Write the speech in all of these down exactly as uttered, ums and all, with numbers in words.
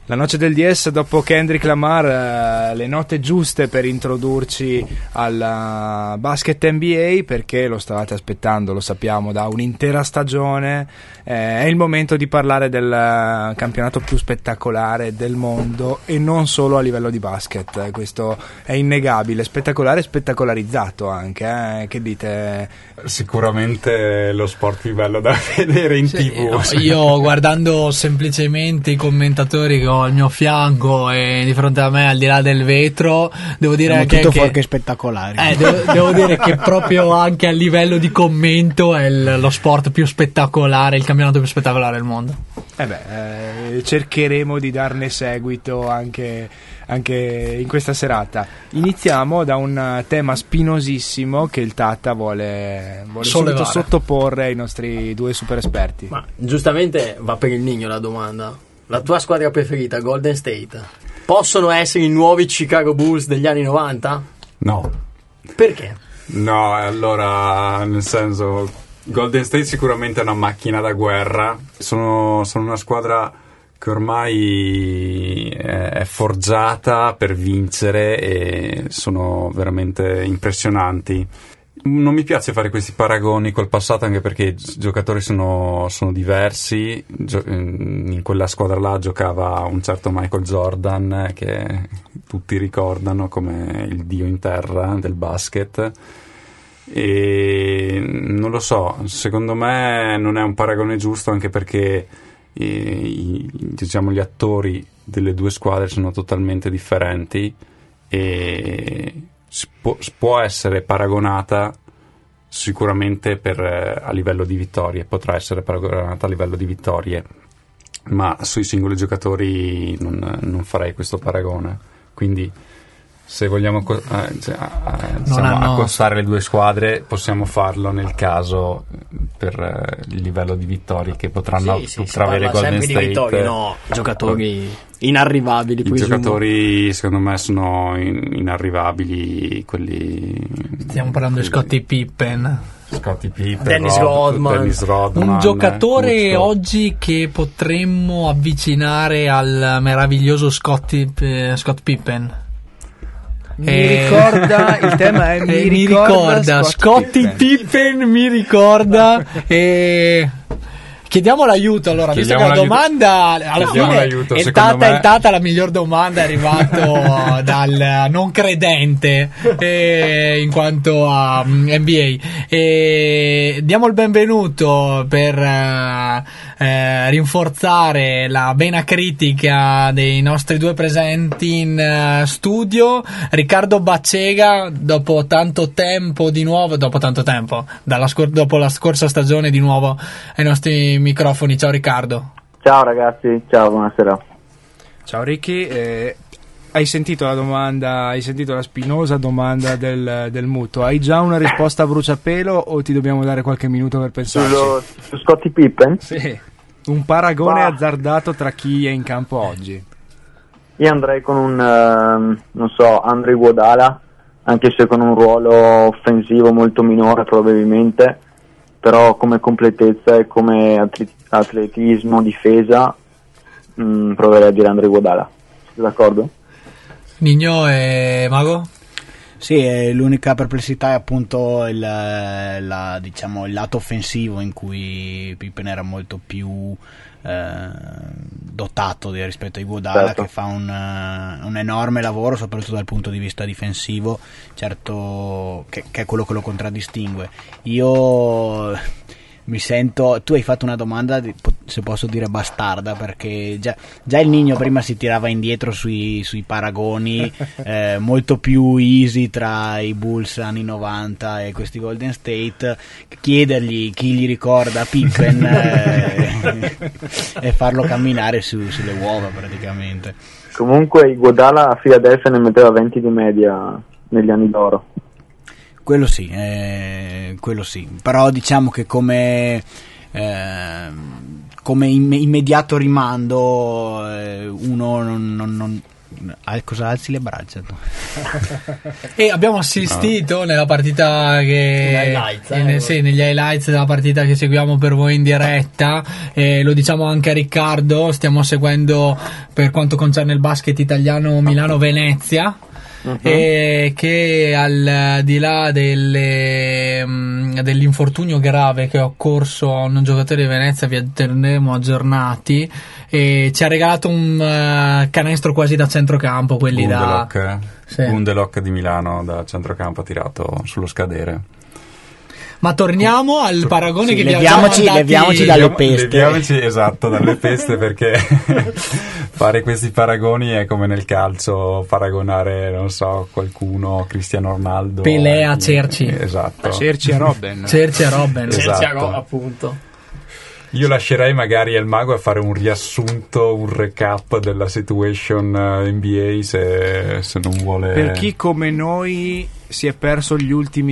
La noce del diez, dopo Kendrick Lamar, eh, le note giuste per introdurci al basket N B A, perché lo stavate aspettando, lo sappiamo, da un'intera stagione. Eh, è il momento di parlare del campionato più spettacolare del mondo, e non solo a livello di basket. Eh, questo è innegabile, spettacolare e spettacolarizzato anche, eh? Che dite? Sicuramente lo sport più bello da vedere in sì, tivù. No, io guardando semplicemente i commentatori che ho al mio fianco e di fronte a me, al di là del vetro, devo dire Siamo che, tutto che fuorché spettacolari. eh, devo, devo dire che proprio anche a livello di commento è il, lo sport più spettacolare, il campionato più spettacolare del mondo. Eh beh, eh, cercheremo di darne seguito anche, anche in questa serata. Iniziamo da un tema spinosissimo che il Tata vuole, vuole subito sottoporre ai nostri due super esperti. Ma giustamente va per il Nigno la domanda. La tua squadra preferita, Golden State, possono essere i nuovi Chicago Bulls degli anni novanta? No. Perché? No, allora, nel senso, Golden State sicuramente è una macchina da guerra. Sono, sono una squadra che ormai è, è forgiata per vincere e sono veramente impressionanti. Non mi piace fare questi paragoni col passato, anche perché i giocatori sono, sono diversi. Gio- in quella squadra là giocava un certo Michael Jordan, che tutti ricordano come il dio in terra del basket, e non lo so, secondo me non è un paragone giusto, anche perché i, i, diciamo, gli attori delle due squadre sono totalmente differenti, e Può, può essere paragonata sicuramente per, a livello di vittorie, potrà essere paragonata a livello di vittorie, ma sui singoli giocatori non, non farei questo paragone. Quindi se vogliamo co- eh, cioè, eh, diciamo, hanno... accostare le due squadre, possiamo farlo nel caso per eh, il livello di vittorie che potranno sì, sì, potrà avere Golden State. Di vittorie, no, giocatori inarrivabili. I presumo. Giocatori secondo me sono in- inarrivabili, quelli. Stiamo parlando di Scottie Pippen. Scottie Pippen, Dennis Rod, Rodman. Dennis Rodman, Un giocatore Kuzma. oggi che potremmo avvicinare al meraviglioso Scottie, eh, Scott Pippen. Mi Eh, ricorda, il tema è mi, eh, mi ricorda, ricorda Scottie Pippen, mi ricorda, e chiediamo l'aiuto. Allora, Chiediamo visto che la l'aiuto. domanda alla Chiediamo fine l'aiuto, è secondo stata, me. è stata la miglior domanda, è arrivato dal non credente eh, in quanto a mm, N B A. E diamo il benvenuto per eh, eh, rinforzare la vena critica dei nostri due presenti in eh, studio, Riccardo Baccega, dopo tanto tempo di nuovo, dopo tanto tempo, dalla scor- dopo la scorsa stagione di nuovo ai nostri microfoni. Ciao Riccardo. Ciao ragazzi, ciao, buonasera. Ciao Ricky, eh, hai sentito la domanda, hai sentito la spinosa domanda del, del mutuo? Hai già una risposta a bruciapelo o ti dobbiamo dare qualche minuto per pensarci? Sullo, su Scottie Pippen? Sì, un paragone Bah. azzardato tra chi è in campo oggi. Io andrei con un, ehm, non so, Andre Iguodala, anche se con un ruolo offensivo molto minore probabilmente, però come completezza e come atlet- atletismo, difesa, mh, proverei a dire Andre Iguodala. Siete d'accordo? Nigno e Mago? Sì, eh, l'unica perplessità è appunto il, la, diciamo, il lato offensivo, in cui Pippen era molto più eh, dotato di, rispetto a Iguodala, certo. che fa un, uh, un enorme lavoro soprattutto dal punto di vista difensivo, certo, che, che è quello che lo contraddistingue. Io mi sento, tu hai fatto una domanda, se posso dire bastarda, perché già, già il Nigno prima si tirava indietro sui, sui paragoni eh, molto più easy tra i Bulls anni novanta e questi Golden State. Chiedergli chi gli ricorda Pippen eh, e farlo camminare su, sulle uova praticamente. Comunque Iguodala a Philadelphia ne metteva venti di media negli anni d'oro. Quello sì, eh, quello sì, però diciamo che come, eh, come imme- immediato rimando eh, uno non, non, non, Al, cosa alzi le braccia tu? E abbiamo assistito nella partita che highlights, eh, in- sì, negli highlights della partita che seguiamo per voi in diretta, e lo diciamo anche a Riccardo, stiamo seguendo per quanto concerne il basket italiano Milano-Venezia. Uh-huh. E che al di là delle, mh, dell'infortunio grave che è occorso a un giocatore di Venezia, vi terremo aggiornati, e ci ha regalato un uh, canestro quasi da centrocampo, quelli Gundeloc, da sì. Gundeloc di Milano da centrocampo, ha tirato sullo scadere. Ma torniamo al paragone sì, che leviamoci, vi abbiamo leviamoci dalle peste. Leviamoci, esatto, dalle peste, perché fare questi paragoni è come nel calcio paragonare, non so, qualcuno, Cristiano Ronaldo, Pelé a Cerci. Esatto. Cerci a Robben. Cerci a Robben. Esatto. Cerci a Ro- appunto. Io lascerei magari al mago a fare un riassunto, un recap della situation N B A, se, se non vuole. Per chi come noi si è perso gli ultimi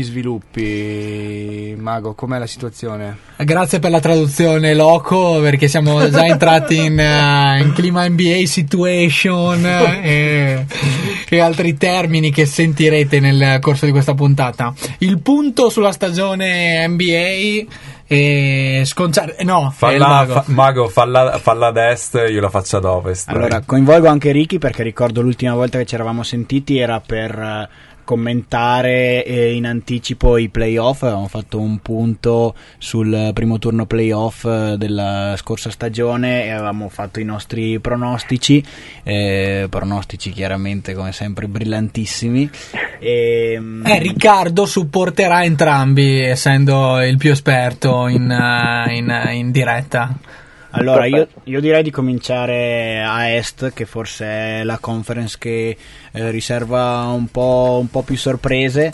sviluppi, Mago, com'è la situazione? Grazie per la traduzione, Loco, perché siamo già entrati in, uh, in clima N B A situation e, e altri termini che sentirete nel corso di questa puntata. Il punto sulla stagione N B A e sconciare no falla, mago, fa, mago falla, falla ad est, io la faccio ad ovest. Allora coinvolgo anche Ricky, perché ricordo l'ultima volta che ci eravamo sentiti era per commentare eh, in anticipo i playoff. Avevamo fatto un punto sul primo turno playoff eh, della scorsa stagione e avevamo fatto i nostri pronostici eh, pronostici chiaramente come sempre brillantissimi e, eh, Riccardo supporterà entrambi, essendo il più esperto in, uh, in, in diretta. Allora io, io direi di cominciare a Est, che forse è la conference che eh, riserva un po', un po' più sorprese.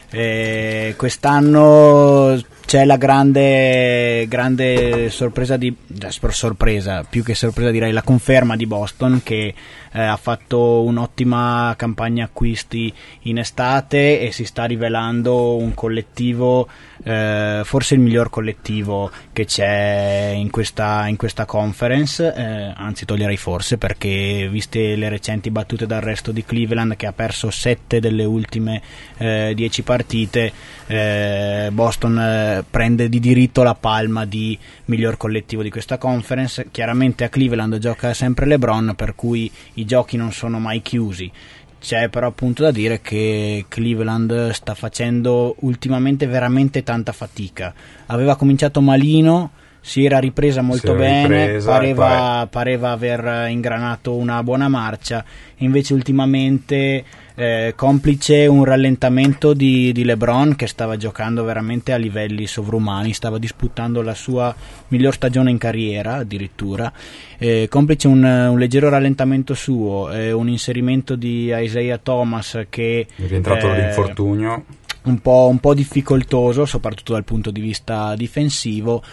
Eh, quest'anno c'è la grande, grande sorpresa di sorpresa, più che sorpresa direi la conferma di Boston, che eh, ha fatto un'ottima campagna acquisti in estate e si sta rivelando un collettivo, eh, forse il miglior collettivo che c'è in questa, in questa conference, eh, anzi toglierei forse, perché viste le recenti battute d'arresto di Cleveland, che ha perso sette delle ultime eh, dieci partite, eh, Boston eh, prende di diritto la palma di miglior collettivo di questa conference. Chiaramente a Cleveland gioca sempre LeBron, per cui i giochi non sono mai chiusi. C'è però appunto da dire che Cleveland sta facendo ultimamente veramente tanta fatica. Aveva cominciato malino, si era ripresa molto bene, ripresa, pareva, pareva aver ingranato una buona marcia, invece ultimamente eh, complice un rallentamento di, di LeBron, che stava giocando veramente a livelli sovrumani, stava disputando la sua miglior stagione in carriera addirittura, eh, complice un, un leggero rallentamento suo, eh, un inserimento di Isaiah Thomas che è rientrato eh, dall'infortunio, un po', un po' difficoltoso soprattutto dal punto di vista difensivo.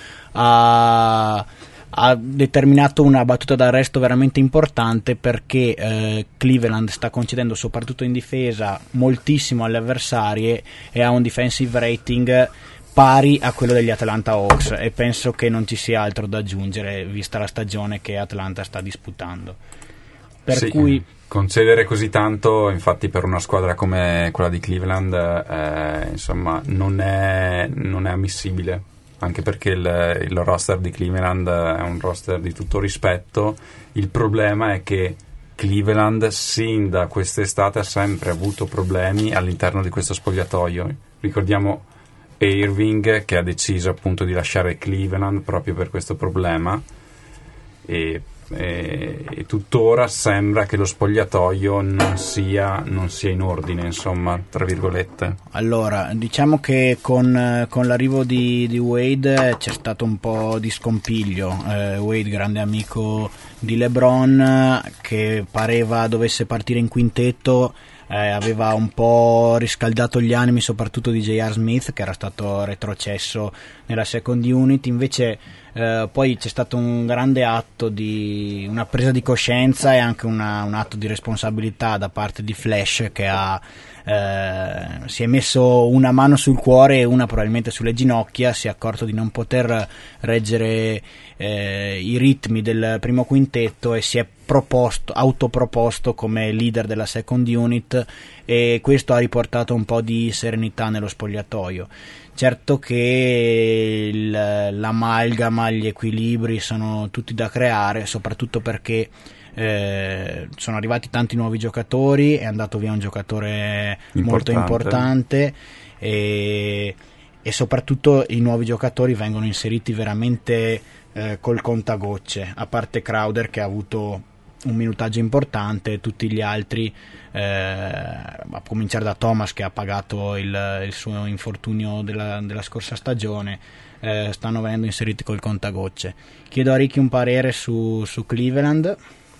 Ha, ha determinato una battuta d'arresto veramente importante, perché eh, Cleveland sta concedendo soprattutto in difesa moltissimo alle avversarie e ha un defensive rating pari a quello degli Atlanta Hawks, e penso che non ci sia altro da aggiungere vista la stagione che Atlanta sta disputando, per sì, cui concedere così tanto, infatti, per una squadra come quella di Cleveland eh, insomma non è, non è ammissibile, anche perché il, il roster di Cleveland è un roster di tutto rispetto. Il problema è che Cleveland sin da quest'estate ha sempre avuto problemi all'interno di questo spogliatoio. Ricordiamo Irving, che ha deciso appunto di lasciare Cleveland proprio per questo problema, e E, e tuttora sembra che lo spogliatoio non sia, non sia in ordine, insomma, tra virgolette. Allora, diciamo che con, con l'arrivo di, di Wade c'è stato un po' di scompiglio. eh, Wade, grande amico di LeBron, che pareva dovesse partire in quintetto, eh, aveva un po' riscaldato gli animi soprattutto di J R. Smith, che era stato retrocesso nella second unit. Invece eh, poi c'è stato un grande atto di una presa di coscienza e anche una, un atto di responsabilità da parte di Flash, che ha eh, si è messo una mano sul cuore e una probabilmente sulle ginocchia. Si è accorto di non poter reggere eh, i ritmi del primo quintetto e si è proposto, autoproposto come leader della second unit, e questo ha riportato un po' di serenità nello spogliatoio. Certo che il, l'amalgama, gli equilibri sono tutti da creare, soprattutto perché eh, sono arrivati tanti nuovi giocatori, è andato via un giocatore importante. molto importante e, e soprattutto i nuovi giocatori vengono inseriti veramente eh, col contagocce, a parte Crowder che ha avuto un minutaggio importante, tutti gli altri eh, a cominciare da Thomas che ha pagato il, il suo infortunio della, della scorsa stagione, eh, stanno venendo inseriti col contagocce. Chiedo a Ricky un parere su, su Cleveland.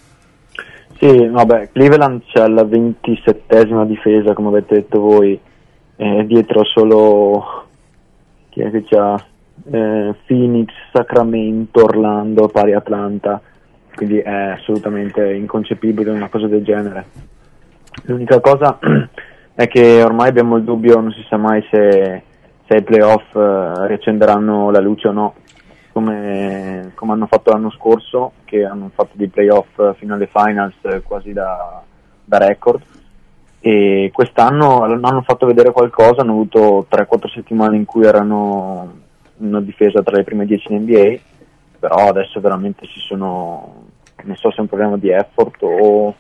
Sì, vabbè, Cleveland c'è la ventisettesima difesa, come avete detto voi, eh, dietro solo chi è che c'ha? Eh, Phoenix, Sacramento, Orlando, pari Atlanta, quindi è assolutamente inconcepibile una cosa del genere. L'unica cosa è che ormai abbiamo il dubbio, non si sa mai se, se i playoff eh, riaccenderanno la luce o no, come, come hanno fatto l'anno scorso, che hanno fatto dei playoff fino alle finals eh, quasi da, da record, e quest'anno hanno fatto vedere qualcosa, hanno avuto tre quattro settimane in cui erano una difesa tra le prime dieci in N B A, però adesso veramente si sono, non so se è un problema di effort o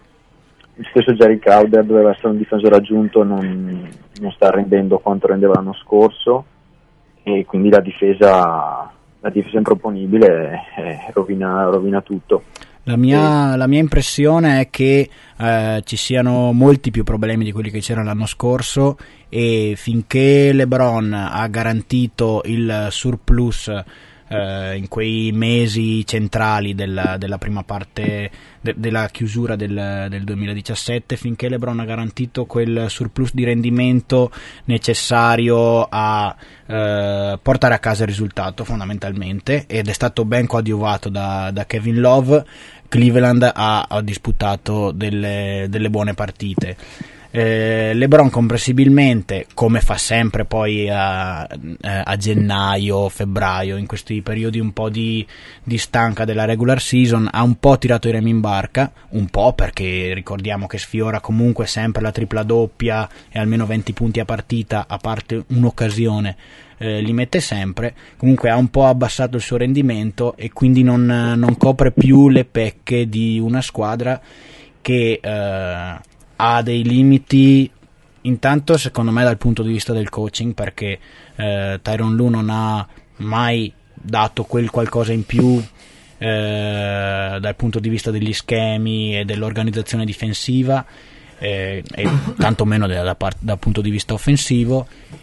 il stesso Jerry Crowder doveva essere un difensore aggiunto, non, non sta rendendo quanto rendeva l'anno scorso, e quindi la difesa la difesa improponibile eh, rovina, rovina tutto. La mia, la mia impressione è che eh, ci siano molti più problemi di quelli che c'erano l'anno scorso, e finché LeBron ha garantito il surplus eh, in quei mesi centrali della, della prima parte de, della chiusura del, del duemiladiciassette, finché LeBron ha garantito quel surplus di rendimento necessario a eh, portare a casa il risultato fondamentalmente, ed è stato ben coadiuvato da, da Kevin Love, Cleveland ha, ha disputato delle, delle buone partite. Eh, LeBron comprensibilmente, come fa sempre poi a, a gennaio, febbraio, in questi periodi un po' di, di stanca della regular season, ha un po' tirato i remi in barca, un po' perché ricordiamo che sfiora comunque sempre la tripla doppia e almeno venti punti a partita, a parte un'occasione eh, li mette sempre. Comunque ha un po' abbassato il suo rendimento e quindi non, non copre più le pecche di una squadra che eh, ha dei limiti, intanto secondo me dal punto di vista del coaching, perché eh, Tyronn Lue non ha mai dato quel qualcosa in più eh, dal punto di vista degli schemi e dell'organizzazione difensiva, eh, e tanto meno da, da part- dal punto di vista offensivo,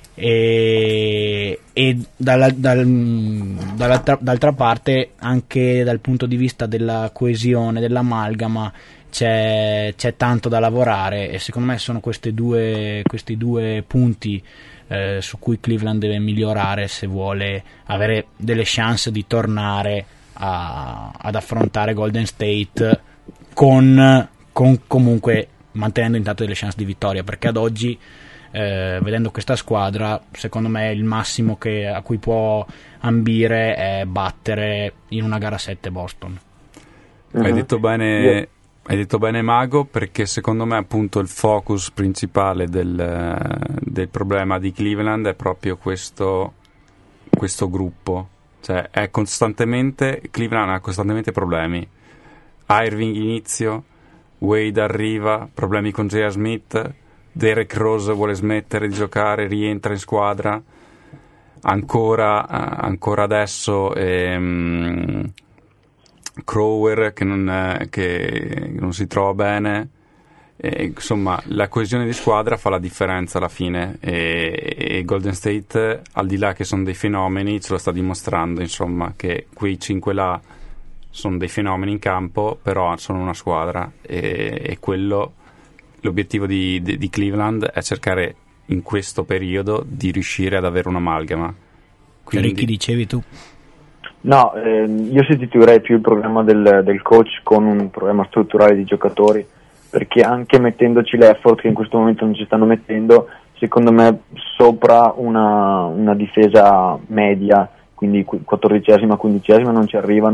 e, e dalla, dal, dall'altra, d'altra parte anche dal punto di vista della coesione, dell'amalgama, C'è, c'è tanto da lavorare, e secondo me sono questi due, questi due punti eh, su cui Cleveland deve migliorare se vuole avere delle chance di tornare a, ad affrontare Golden State con, con comunque mantenendo intanto delle chance di vittoria, perché ad oggi eh, vedendo questa squadra secondo me il massimo che, a cui può ambire è battere in una gara sette Boston. Hai detto bene yeah. Hai detto bene Mago, perché secondo me appunto il focus principale del, del problema di Cleveland è proprio questo, questo gruppo, cioè è costantemente, Cleveland ha costantemente problemi. Irving inizio, Wade arriva, problemi con J R. Smith, Derrick Rose vuole smettere di giocare, rientra in squadra, ancora, ancora adesso ehm, Crower che non, è, che non si trova bene, e, insomma la coesione di squadra fa la differenza alla fine, e, e Golden State, al di là che sono dei fenomeni, ce lo sta dimostrando, insomma, che quei cinque là sono dei fenomeni in campo, però sono una squadra, e, e quello, l'obiettivo di, di, di Cleveland è cercare in questo periodo di riuscire ad avere un'amalgama. Quindi Ricky, dicevi tu? No, eh, io sostituirei più il problema del, del coach con un problema strutturale di giocatori, perché anche mettendoci l'effort che in questo momento non ci stanno mettendo, secondo me sopra una, una difesa media, quindi quattordicesima, quindicesima non ci arrivano,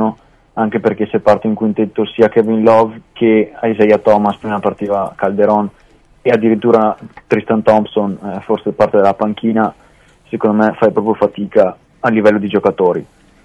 anche perché se parte in quintetto sia Kevin Love che Isaiah Thomas, prima partiva Calderon e addirittura Tristan Thompson, eh, forse parte della panchina, secondo me fai proprio fatica a livello di giocatori.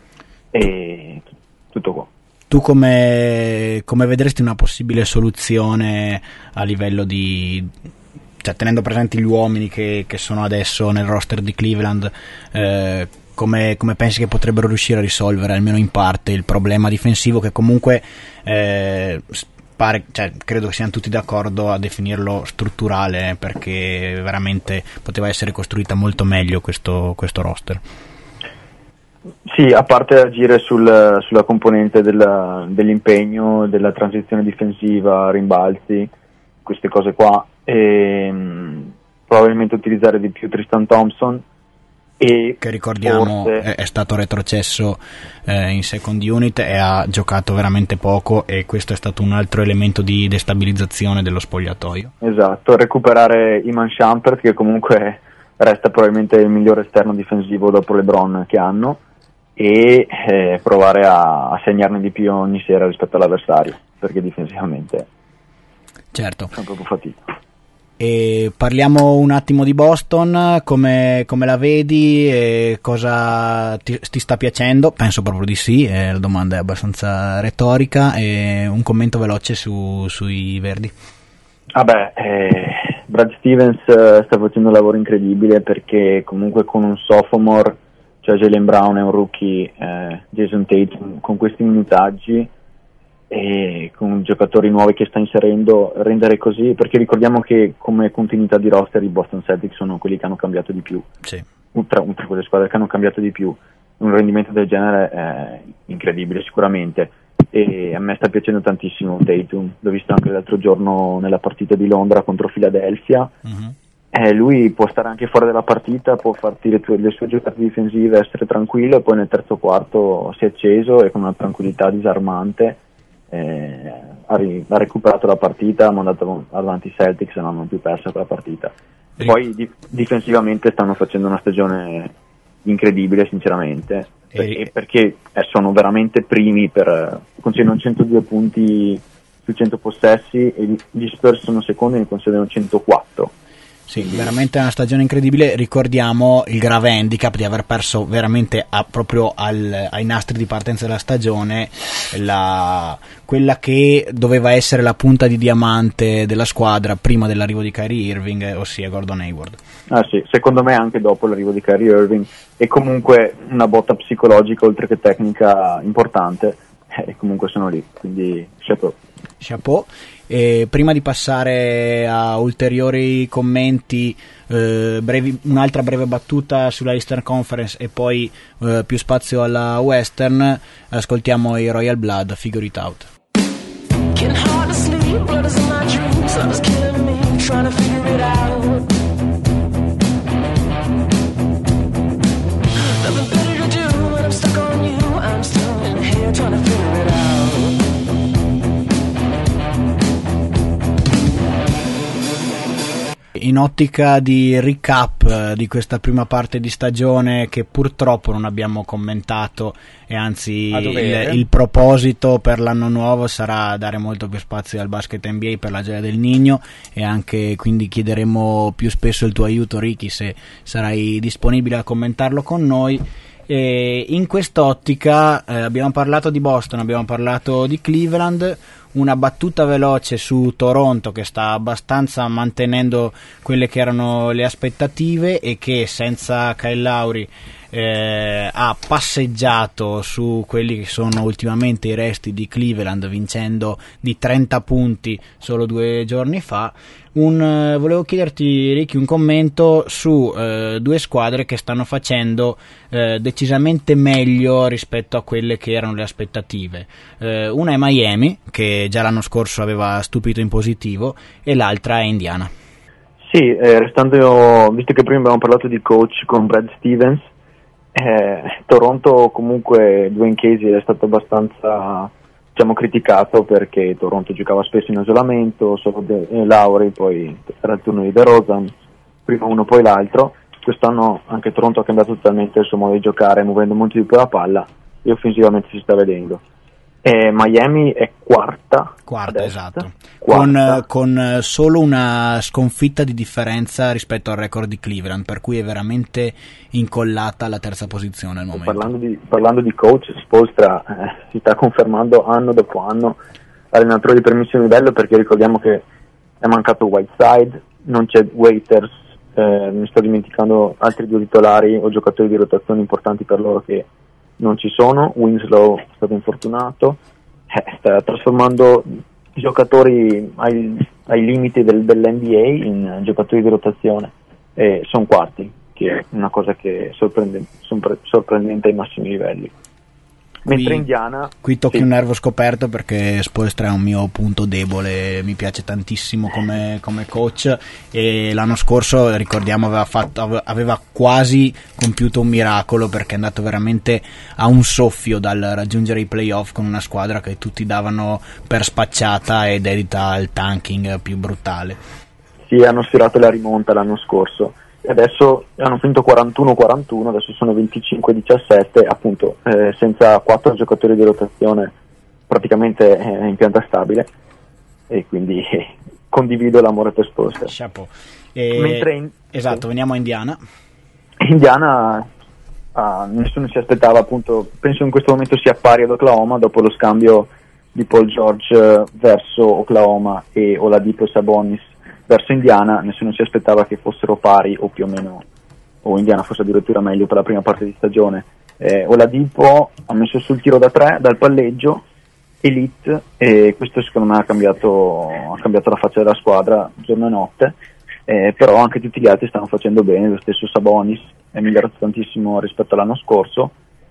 E tutto qua. Tu come, come vedresti una possibile soluzione a livello di, cioè tenendo presenti gli uomini che, che sono adesso nel roster di Cleveland, eh, come, come pensi che potrebbero riuscire a risolvere almeno in parte il problema difensivo che comunque eh, pare, cioè, credo che siano tutti d'accordo a definirlo strutturale, perché veramente poteva essere costruita molto meglio questo, questo roster. Sì, a parte agire sul, sulla componente della, dell'impegno, della transizione difensiva, rimbalzi, queste cose qua, e mh, probabilmente utilizzare di più Tristan Thompson, e che ricordiamo forse... è, è stato retrocesso eh, in second unit e ha giocato veramente poco, e questo è stato un altro elemento di destabilizzazione dello spogliatoio. Esatto, recuperare Iman Shumpert, che comunque resta probabilmente il migliore esterno difensivo dopo LeBron che hanno, e eh, provare a, a segnarne di più ogni sera rispetto all'avversario, perché difensivamente certo fa proprio fatica. E parliamo un attimo di Boston, come, come la vedi e cosa ti, ti sta piacendo? Penso proprio di sì, eh, la domanda è abbastanza retorica, e un commento veloce su, sui Verdi. Vabbè, eh, Brad Stevens eh, sta facendo un lavoro incredibile, perché comunque con un sophomore, cioè Jaylen Brown è un rookie, eh, Jason Tatum, con questi minutaggi e con giocatori nuovi che sta inserendo, rendere così, perché ricordiamo che come continuità di roster i Boston Celtics sono quelli che hanno cambiato di più, sì. tra, tra quelle squadre che hanno cambiato di più. Un rendimento del genere è incredibile sicuramente, e a me sta piacendo tantissimo Tatum, l'ho visto anche l'altro giorno nella partita di Londra contro Philadelphia. Mm-hmm. Eh, lui può stare anche fuori dalla partita, può farti le, tue, le sue giocate difensive, essere tranquillo, e poi nel terzo quarto si è acceso e con una tranquillità disarmante eh, ha, ri, ha recuperato la partita, ha mandato avanti i Celtics e non hanno più perso quella partita. E poi di, difensivamente stanno facendo una stagione incredibile sinceramente, perché, perché eh, sono veramente primi, per concedono centodue punti su cento possessi, e gli Spurs sono secondi e ne concedono centoquattro. Sì, veramente una stagione incredibile. Ricordiamo il grave handicap di aver perso veramente a, proprio al, ai nastri di partenza della stagione la, quella che doveva essere la punta di diamante della squadra prima dell'arrivo di Kyrie Irving, ossia Gordon Hayward. Ah sì, secondo me anche dopo l'arrivo di Kyrie Irving, e comunque una botta psicologica oltre che tecnica importante, e comunque sono lì, quindi chapeau. Chapeau. E prima di passare a ulteriori commenti, eh, brevi, un'altra breve battuta sulla Eastern Conference e poi eh, più spazio alla Western, ascoltiamo i Royal Blood, Figure It Out. In ottica di recap di questa prima parte di stagione che purtroppo non abbiamo commentato, e anzi il, il proposito per l'anno nuovo sarà dare molto più spazio al basket N B A per la gioia del Niño, e anche quindi chiederemo più spesso il tuo aiuto, Ricky, se sarai disponibile a commentarlo con noi. E in quest'ottica eh, abbiamo parlato di Boston, abbiamo parlato di Cleveland. Una battuta veloce su Toronto, che sta abbastanza mantenendo quelle che erano le aspettative e che senza Kyle Lowry eh, ha passeggiato su quelli che sono ultimamente i resti di Cleveland, vincendo di trenta punti solo due giorni fa. Un, eh, volevo chiederti, Ricky, un commento su eh, due squadre che stanno facendo eh, decisamente meglio rispetto a quelle che erano le aspettative. Eh, una è Miami, che già l'anno scorso aveva stupito in positivo, e l'altra è Indiana. Sì, eh, restando, visto che prima abbiamo parlato di coach con Brad Stevens, eh, Toronto comunque Dwayne Casey è stato abbastanza, diciamo, criticato, perché Toronto giocava spesso in isolamento, solo De- eh, Lowry, poi era il turno di DeRozan, prima uno poi l'altro. Quest'anno anche Toronto ha cambiato totalmente il suo modo di giocare, muovendo molto di più la palla, e offensivamente si sta vedendo. E Miami è quarta. Quarta, adesso. esatto. Quarta. Con, con solo una sconfitta di differenza rispetto al record di Cleveland, per cui è veramente incollata alla terza posizione al momento. Parlando di, parlando di coach, Spoelstra eh, si sta confermando anno dopo anno allenatore di primissimo livello, perché ricordiamo che è mancato Whiteside, non c'è Waiters, eh, mi sto dimenticando altri due titolari o giocatori di rotazione importanti per loro che non ci sono. Winslow è stato infortunato, eh, sta trasformando giocatori ai, ai limiti del, dell'N B A in giocatori di rotazione, e sono quarti, che è una cosa che è sorprendente, sorprendente ai massimi livelli. Mentre Qui, Indiana qui tocchi sì. un nervo scoperto, perché Spoelstra è un mio punto debole, mi piace tantissimo come, come coach, e l'anno scorso, ricordiamo, aveva, fatto, aveva quasi compiuto un miracolo, perché è andato veramente a un soffio dal raggiungere i playoff con una squadra che tutti davano per spacciata e dedita al tanking più brutale. Sì, hanno sfiorato la rimonta l'anno scorso. Adesso hanno finito quarantuno quarantuno, adesso sono venticinque diciassette, appunto eh, senza quattro giocatori di rotazione, praticamente eh, in pianta stabile, e quindi eh, condivido l'amore per Spoelstra. Chapeau. E... Mentre in... Esatto, sì. veniamo a Indiana. Indiana ah, nessuno si aspettava, appunto, penso in questo momento sia pari ad Oklahoma dopo lo scambio di Paul George eh, verso Oklahoma e Oladipo e Sabonis verso Indiana. Nessuno si aspettava che fossero pari o più o meno, o Indiana fosse addirittura meglio per la prima parte di stagione. eh, Oladipo ha messo sul tiro da tre dal palleggio elite, e questo secondo me ha cambiato, ha cambiato la faccia della squadra giorno e notte, eh, però anche tutti gli altri stanno facendo bene. Lo stesso Sabonis è migliorato tantissimo rispetto all'anno scorso,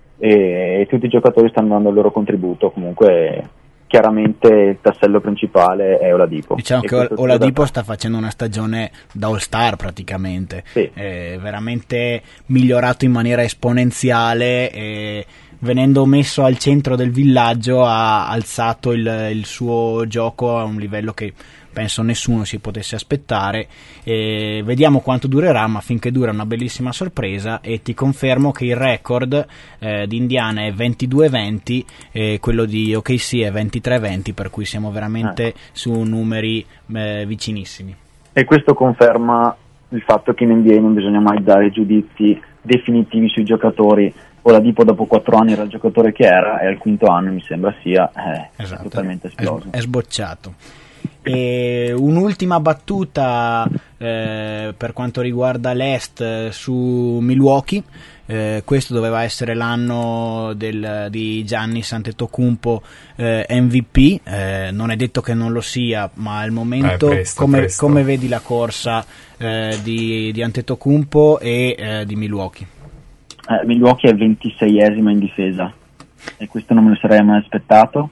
e, e tutti i giocatori stanno dando il loro contributo. Comunque chiaramente il tassello principale è Oladipo. Diciamo e che Oladipo da... sta facendo una stagione da all-star praticamente, sì. È veramente migliorato in maniera esponenziale, e venendo messo al centro del villaggio ha alzato il, il suo gioco a un livello che penso nessuno si potesse aspettare. E vediamo quanto durerà, ma finché dura è una bellissima sorpresa, e ti confermo che il record eh, di Indiana è ventidue venti e quello di O K C è ventitré venti, per cui siamo veramente eh. su numeri eh, vicinissimi. E questo conferma il fatto che in N B A non bisogna mai dare giudizi definitivi sui giocatori. Oladipo dopo quattro anni era il giocatore che era, e al quinto anno mi sembra sia eh, esatto. totalmente esploso. È, è sbocciato. E un'ultima battuta eh, per quanto riguarda l'Est eh, su Milwaukee. Eh, questo doveva essere l'anno del, di Giannis Antetokounmpo eh, M V P, eh, non è detto che non lo sia, ma al momento eh, presto, come, presto. come vedi la corsa eh, di, di Antetokounmpo e eh, di Milwaukee? Eh, Milwaukee è ventiseiesima in difesa, e questo non me lo sarei mai aspettato.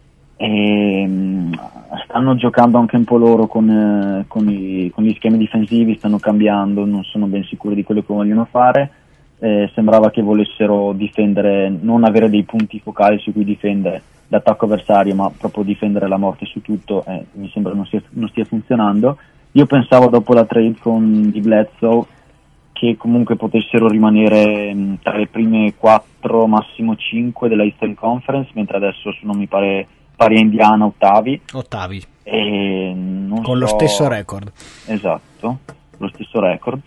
E, mh, stanno giocando anche un po' loro con, eh, con, i, con gli schemi difensivi, stanno cambiando, non sono ben sicuri di quello che vogliono fare. Eh, sembrava che volessero difendere, non avere dei punti focali su cui difendere l'attacco avversario, ma proprio difendere la morte su tutto. Eh, mi sembra non stia, non stia funzionando. Io pensavo dopo la trade con Di Bledsoe che comunque potessero rimanere mh, tra le prime quattro, massimo cinque della Eastern Conference, mentre adesso sono, mi pare, pari a Indiana, ottavi. Ottavi. E non con so... lo stesso record. Esatto, lo stesso record.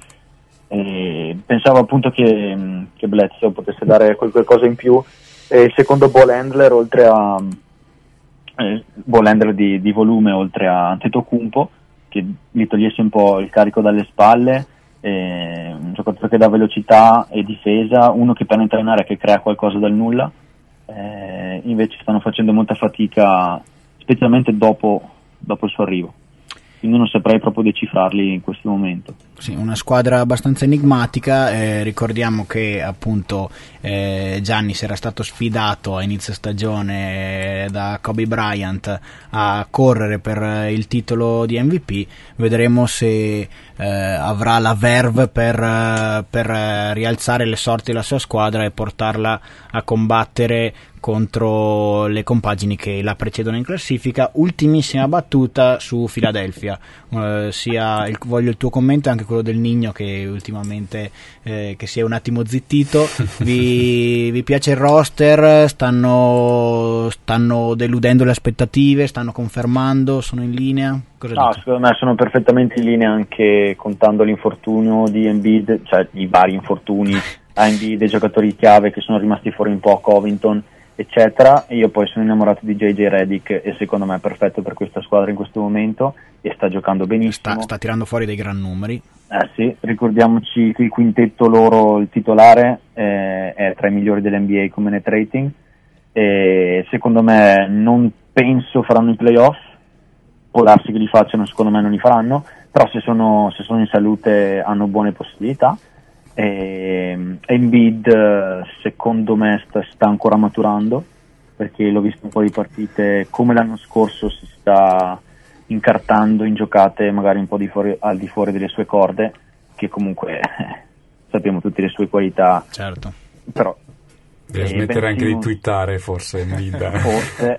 E pensavo appunto che, che Bledsoe potesse dare qualcosa in più. E il secondo ball handler, oltre a eh, ball handler di, di volume, oltre a Antetokounmpo, che gli togliesse un po' il carico dalle spalle, eh, un giocatore che dà velocità e difesa, uno che penetra in area, che crea qualcosa dal nulla. Eh, invece stanno facendo molta fatica, specialmente dopo, dopo il suo arrivo. Quindi non saprei proprio decifrarli in questo momento. Sì, una squadra abbastanza enigmatica. Eh, ricordiamo che appunto eh, Giannis era stato sfidato a inizio stagione da Kobe Bryant a correre per il titolo di M V P. Vedremo se eh, avrà la verve per, per rialzare le sorti della sua squadra e portarla a combattere contro le compagini che la precedono in classifica. Ultimissima battuta su Philadelphia, uh, sia il, voglio il tuo commento e anche quello quello del Nigno che ultimamente eh, che si è un attimo zittito. vi, vi piace il roster? Stanno, stanno deludendo le aspettative? Stanno confermando? Sono in linea? Cosa No, dite? secondo me sono perfettamente in linea, anche contando l'infortunio di Embiid, cioè i vari infortuni a Embiid, dei giocatori chiave che sono rimasti fuori un po', Covington eccetera. Io poi sono innamorato di J J Redick e secondo me è perfetto per questa squadra in questo momento e sta giocando benissimo. Sta, sta tirando fuori dei gran numeri. Eh sì, ricordiamoci che il quintetto loro, il titolare, eh, è tra i migliori dell'N B A come net rating e secondo me non penso faranno i playoff, può darsi che li facciano, secondo me non li faranno, però se sono, se sono in salute hanno buone possibilità. E Embiid secondo me sta, sta ancora maturando, perché l'ho visto un po' di partite come l'anno scorso, si sta incartando in giocate magari un po' di fuori, al di fuori delle sue corde, che comunque sappiamo tutte le sue qualità, Certo. però deve eh, smettere Ben anche Simmons- di twittare forse Embiid. forse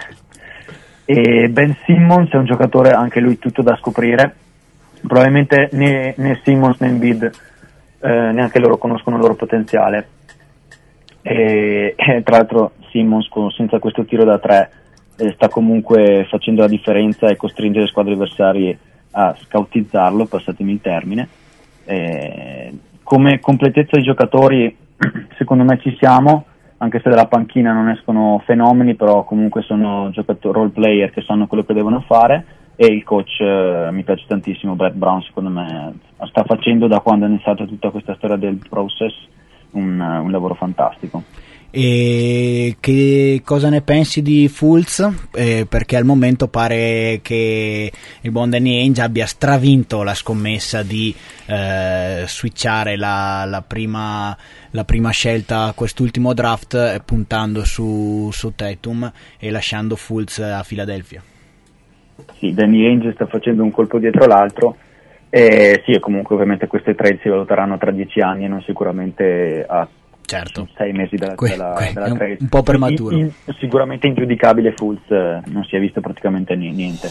e Ben Simmons è un giocatore anche lui tutto da scoprire, probabilmente né, né Simmons né Embiid eh, neanche loro conoscono il loro potenziale e, e tra l'altro Simmons con, senza questo tiro da tre eh, sta comunque facendo la differenza e costringe le squadre avversarie a scautizzarlo, passatemi il termine. Eh, come completezza di giocatori secondo me ci siamo, anche se dalla panchina non escono fenomeni, però comunque sono giocatori role player che sanno quello che devono fare e il coach eh, mi piace tantissimo, Brett Brown secondo me sta facendo da quando è iniziata tutta questa storia del process un, un lavoro fantastico. E che cosa ne pensi di Fultz? Eh, perché al momento pare che il buon Danny Ainge abbia stravinto la scommessa di eh, switchare la, la, prima, la prima scelta a quest'ultimo draft eh, puntando su, su Tatum e lasciando Fultz a Philadelphia. Sì, Danny Ainge sta facendo un colpo dietro l'altro e sì, e comunque ovviamente queste trade si valuteranno tra dieci anni e non sicuramente a Certo. sei mesi dalla, Que- dalla, que- dalla è un- trade. un po' prematuro. In- in- sicuramente ingiudicabile Fultz, eh, non si è visto praticamente ni- niente.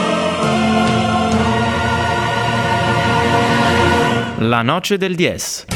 La noce del diez.